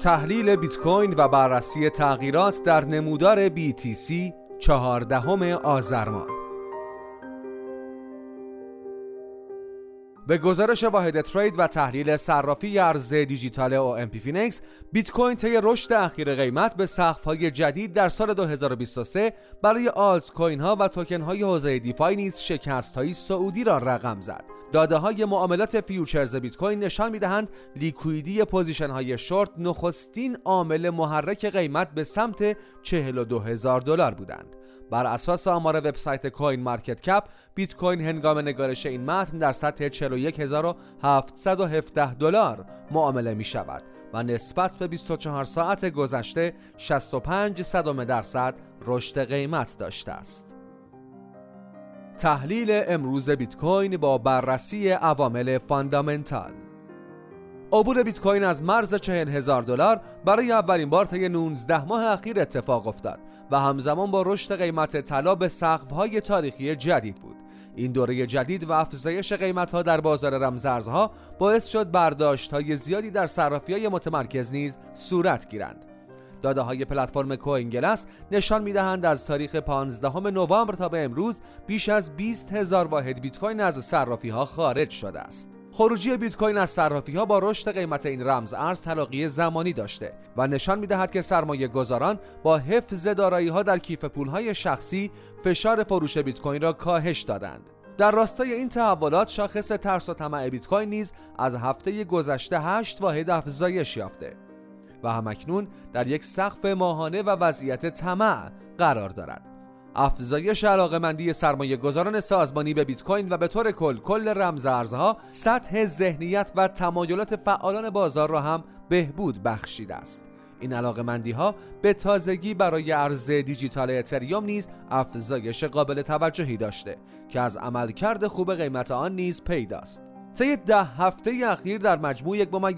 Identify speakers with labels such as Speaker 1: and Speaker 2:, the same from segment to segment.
Speaker 1: تحلیل بیت کوین و بررسی تغییرات در نمودار BTC 14 آذر ماه. به گزارش واحد ترید و تحلیل صرافی ارز دیجیتال OMP فینکس، بیت کوین طی رشد اخیر قیمت به سقف‌های جدید در سال 2023 برای آلت کوین ها و توکن های حوزه دیفای نیز شکست‌های صعودی را رقم زد. داده‌های معاملات فیوچرز بیت کوین نشان می‌دهند لیکویدی پوزیشن‌های شورت نخستین عامل محرک قیمت به سمت $42,000 بودند. بر اساس آمار وبسایت کوین مارکت کپ، بیت کوین هنگام نگارش این متن در سطح $41,717 معامله می شود و نسبت به 24 ساعت گذشته 65% رشد قیمت داشته است. تحلیل امروز بیت کوین با بررسی عوامل فاندامنتال. عبور بیت کوین از مرز $40,000 برای اولین بار طی 19 ماه اخیر اتفاق افتاد و همزمان با رشد قیمت طلا به سقف‌های تاریخی جدید بود. این دوره جدید و افزایش قیمت‌ها در بازار رمزارزها باعث شد برداشت‌های زیادی در صرافی‌های متمرکز نیز صورت گیرند. داده‌های پلتفرم کوین گلس نشان می‌دهند از تاریخ 15 نوامبر تا به امروز بیش از 20,000 واحد بیت کوین از صرافی‌ها خارج شده است. خروجی بیت کوین از صرافی‌ها با رشد قیمت این رمز ارز تلاقی زمانی داشته و نشان می‌دهد که سرمایه گذاران با حفظ دارایی‌ها در کیف پول‌های شخصی فشار فروش بیت کوین را کاهش دادند. در راستای این تحولات، شاخص ترس و طمع بیت کوین نیز از هفته گذشته 8 واحد افزایش یافته و همکنون در یک سقف ماهانه و وضعیت طمع قرار دارد. افزایش علاقه‌مندی سرمایه گذاران سازمانی به بیت کوین و به طور کل رمز ارزها سطح ذهنیت و تمایلات فعالان بازار را هم بهبود بخشیده است. این علاقه‌مندی ها به تازگی برای ارز دیجیتال اتریوم نیز افزایش قابل توجهی داشته که از عملکرد خوب قیمت آن نیز پیداست. طی 10 هفته اخیر در مجموع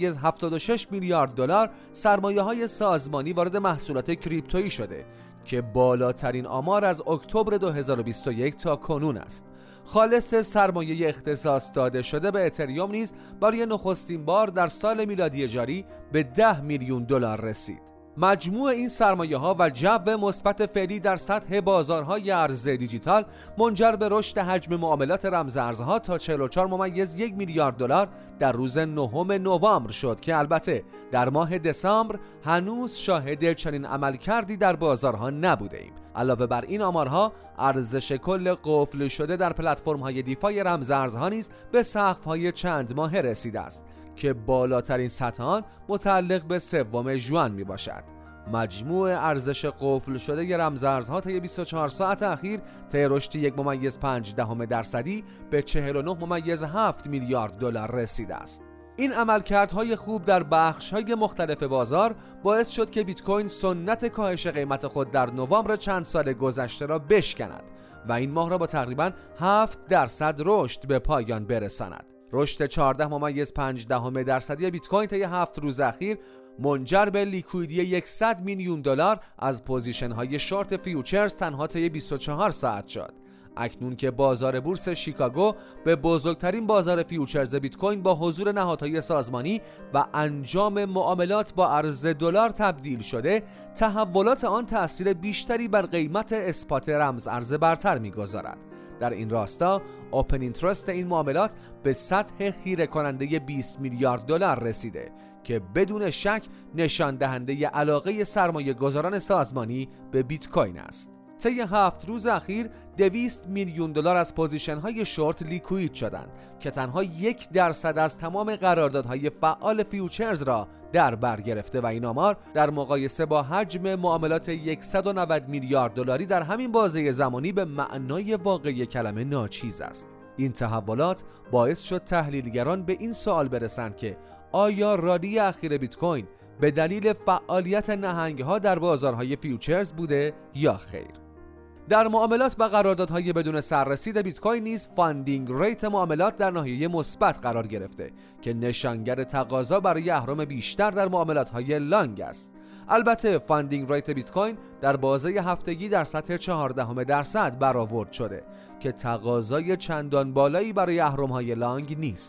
Speaker 1: $1.76 میلیارد سرمایه‌های سازمانی وارد محصولات کریپتویی شده که بالاترین آمار از اکتبر 2021 تا کنون است. خالص سرمایه اختصاص داده شده به اتریوم نیز برای نخستین بار در سال میلادی جاری به $10 میلیون رسید. مجموع این سرمایه ها و جو مثبت فعلی در سطح بازارهای ارز دیجیتال منجر به رشد حجم معاملات رمز ارزها تا $44.1 میلیارد در روز 9 نوامبر شد که البته در ماه دسامبر هنوز شاهد چنین عملکردی در بازارها نبوده ایم. علاوه بر این آمارها، ارزش کل قفل شده در پلتفرم‌های دیفای رمز ارزها نیز به سقف‌های چند ماهه رسیده است که بالاترین سطح آن متعلق به 3 ژوئن می باشد. مجموع ارزش قفل شده رمز ارزها طی 24 ساعت اخیر طی رشد 1.5% به $49.7 میلیارد رسیده است. این عملکردهای خوب در بخش‌های مختلف بازار باعث شد که بیت کوین سنت کاهش قیمت خود در نوامبر چند سال گذشته را بشکند و این ماه را با تقریباً 7% رشد به پایان برساند. رشد 14.5% بیت کوین طی 7 روز اخیر منجر به لیکویدی $100 میلیون از پوزیشن‌های شورت فیوچرز تنها طی 24 ساعت شد. اکنون که بازار بورس شیکاگو به بزرگترین بازار فیوچرز بیت کوین با حضور نهادهای سازمانی و انجام معاملات با ارز دلار تبدیل شده، تحولات آن تأثیر بیشتری بر قیمت اسپات رمز ارز برتر می‌گذارد. در این راستا اوپن اینترست این معاملات به سطح خیره کننده $20 میلیارد رسیده که بدون شک نشان دهنده علاقه سرمایه گذاران سازمانی به بیت کوین است. طی 7 روز اخیر $200 میلیون از پوزیشن های شورت لیکوید شدند که تنها 1% از تمام قراردادهای فعال فیوچرز را در بر گرفته و این آمار در مقایسه با حجم معاملات $190 میلیارد در همین بازه زمانی به معنای واقعی کلمه ناچیز است. این تحولات باعث شد تحلیلگران به این سوال برسند که آیا رالی اخیر بیت کوین به دلیل فعالیت نهنگ‌ها در بازارهای فیوچرز بوده یا خیر؟ در معاملات و قراردادهای بدون سررسید بیت کوین نیز فاندینگ ریت معاملات در ناحیه مثبت قرار گرفته که نشانگر تقاضا برای اهرم بیشتر در معاملات‌های لانگ است. البته فاندینگ ریت بیت کوین در بازه هفتگی در سطح 14% برآورد شده که تقاضای چندان بالایی برای اهرم‌های لانگ نیست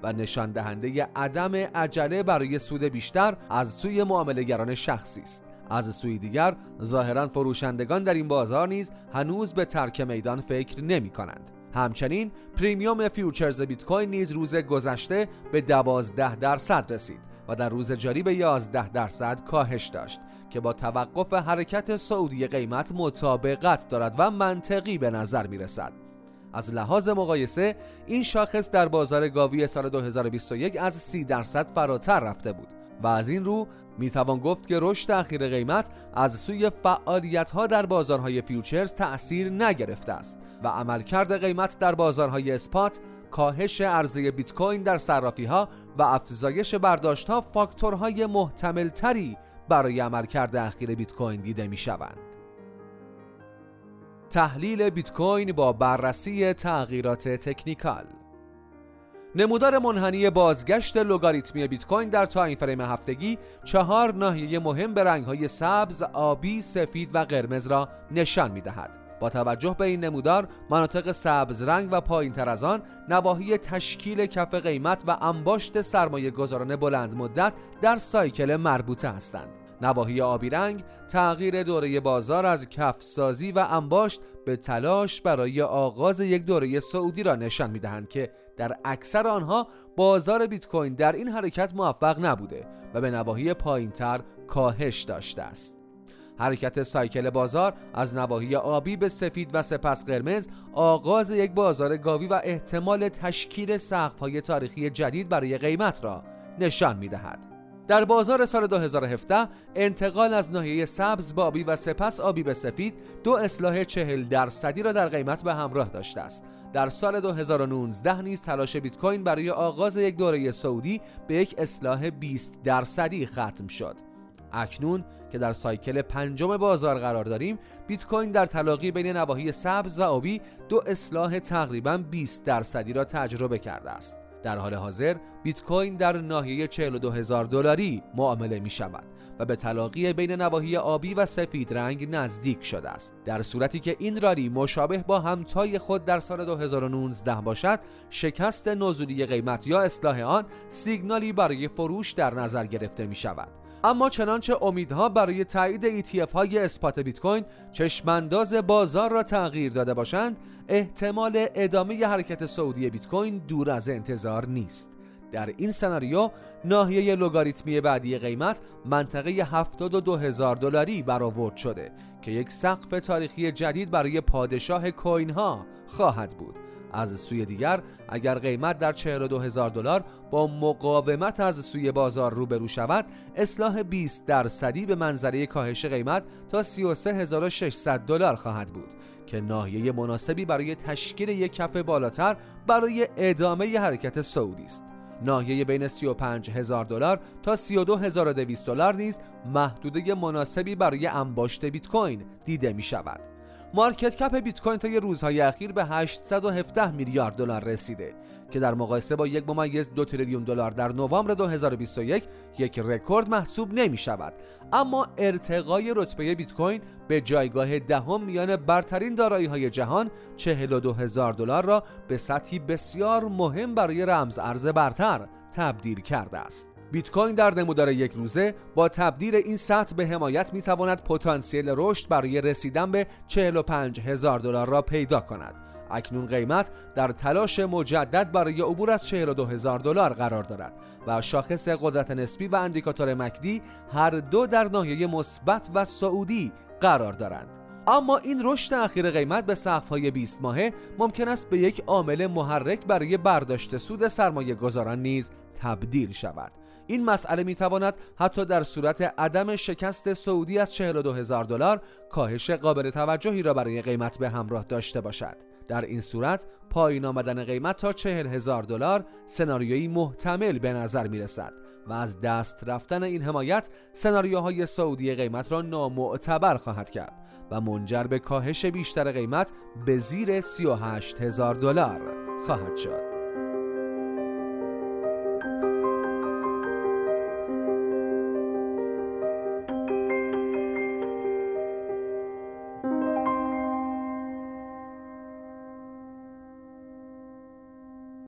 Speaker 1: و نشان دهنده عدم عجله برای سود بیشتر از سوی معامله‌گران شخصی است. از سوی دیگر ظاهراً فروشندگان در این بازار نیز هنوز به ترک میدان فکر نمی کنند. همچنین پریمیوم فیوچرز بیت کوین نیز روز گذشته به 12% رسید و در روز جاری به 11% کاهش داشت که با توقف حرکت صعودی قیمت مطابقت دارد و منطقی به نظر می رسد. از لحاظ مقایسه این شاخص در بازار گاوی سال 2021 از 30% فراتر رفته بود و از این رو میتوان گفت که رشد اخیر قیمت از سوی فعالیت‌ها در بازارهای فیوچرز تأثیر نگرفته است و عملکرد قیمت در بازارهای اسپات، کاهش عرضه بیت کوین در صرافی‌ها و افزایش برداشت‌ها فاکتورهای محتمل‌تری برای عملکرد اخیر بیت کوین دیده می‌شوند. تحلیل بیت کوین با بررسی تغییرات تکنیکال. نمودار منحنی بازگشت لوگاریتمی بیت کوین در تایم فریم هفتگی 4 ناحیه مهم به رنگ‌های سبز، آبی، سفید و قرمز را نشان می‌دهد. با توجه به این نمودار، مناطق سبز رنگ و پایین‌تر از آن نواحی تشکیل کف قیمت و انباشت سرمایه گذاران بلند مدت در سایکل مربوطه هستند. نواحی آبی رنگ تغییر دوره بازار از کف سازی و انباشت به تلاش برای آغاز یک دوره صعودی را نشان می‌دهند که در اکثر آنها بازار بیت کوین در این حرکت موفق نبوده و به نواحی پایین‌تر کاهش داشته است. حرکت سایکل بازار از نواحی آبی به سفید و سپس قرمز آغاز یک بازار گاوی و احتمال تشکیل سقف‌های تاریخی جدید برای قیمت را نشان می‌دهد. در بازار سال 2017 انتقال از ناحیه سبز به آبی و سپس آبی به سفید 2 اصلاح 40% را در قیمت به همراه داشته است. در سال 2019 نیز تلاش بیت کوین برای آغاز یک دوره صعودی به یک اصلاح 20% ختم شد. اکنون که در سایکل پنجم بازار قرار داریم، بیت کوین در تلاقی بین نواحی سبز و آبی 2 اصلاح تقریباً 20% را تجربه کرده است. در حال حاضر بیت کوین در ناحیه $42,000 معامله می شود و به تلاقی بین نواحی آبی و سفید رنگ نزدیک شده است. در صورتی که این رالی مشابه با همتای خود در سال 2019 باشد، شکست نزولی قیمت یا اصلاح آن سیگنالی برای فروش در نظر گرفته می شود. اما چنانچه امیدها برای تایید ETF های اسپات بیت کوین چشمانداز بازار را تغییر داده باشند، احتمال ادامه حرکت صعودی بیت کوین دور از انتظار نیست. در این سناریو ناحیه لوگاریتمی بعدی قیمت منطقه $72,000 برآورد شده که یک سقف تاریخی جدید برای پادشاه کوین ها خواهد بود. از سوی دیگر اگر قیمت در $42,000 با مقاومت از سوی بازار روبرو شود، اصلاح 20% به منظره کاهش قیمت تا $33,600 خواهد بود که ناحیه مناسبی برای تشکیل یک کف بالاتر برای ادامه حرکت صعودی است. ناحیه بین $35,000 تا $32,200 نیز محدوده مناسبی برای انباشت بیت کوین دیده می شود. مارکت کپ بیت کوین طی روزهای اخیر به $817 میلیارد رسیده که در مقایسه با $1.2 تریلیون در نوامبر 2021 یک رکورد محسوب نمی شود. اما ارتقای رتبه بیت کوین به جایگاه دهم میان برترین دارایی‌های جهان $42,000 را به سطحی بسیار مهم برای رمز ارز برتر تبدیل کرده است. بیت کوین در نمودار یک روزه با تبدیل این سطح به حمایت میتواند پتانسیل رشد برای رسیدن به $45,000 را پیدا کند. اکنون قیمت در تلاش مجدد برای عبور از $42,000 قرار دارد و شاخص قدرت نسبی و اندیکاتور مکدی هر دو در ناحیه مثبت و صعودی قرار دارند. اما این رشد اخیر قیمت به سقف‌های 20 ماهه ممکن است به یک عامل محرک برای برداشت سود سرمایه گذاران نیز تبدیل شود. این مسئله میتواند حتی در صورت عدم شکست صعودی از $42,000 کاهش قابل توجهی را برای قیمت به همراه داشته باشد. در این صورت پایین آمدن قیمت تا $40,000 سناریویی محتمل به نظر می رسد و از دست رفتن این حمایت سناریوهای صعودی قیمت را نامعتبر خواهد کرد و منجر به کاهش بیشتر قیمت به زیر $38,000 خواهد شد.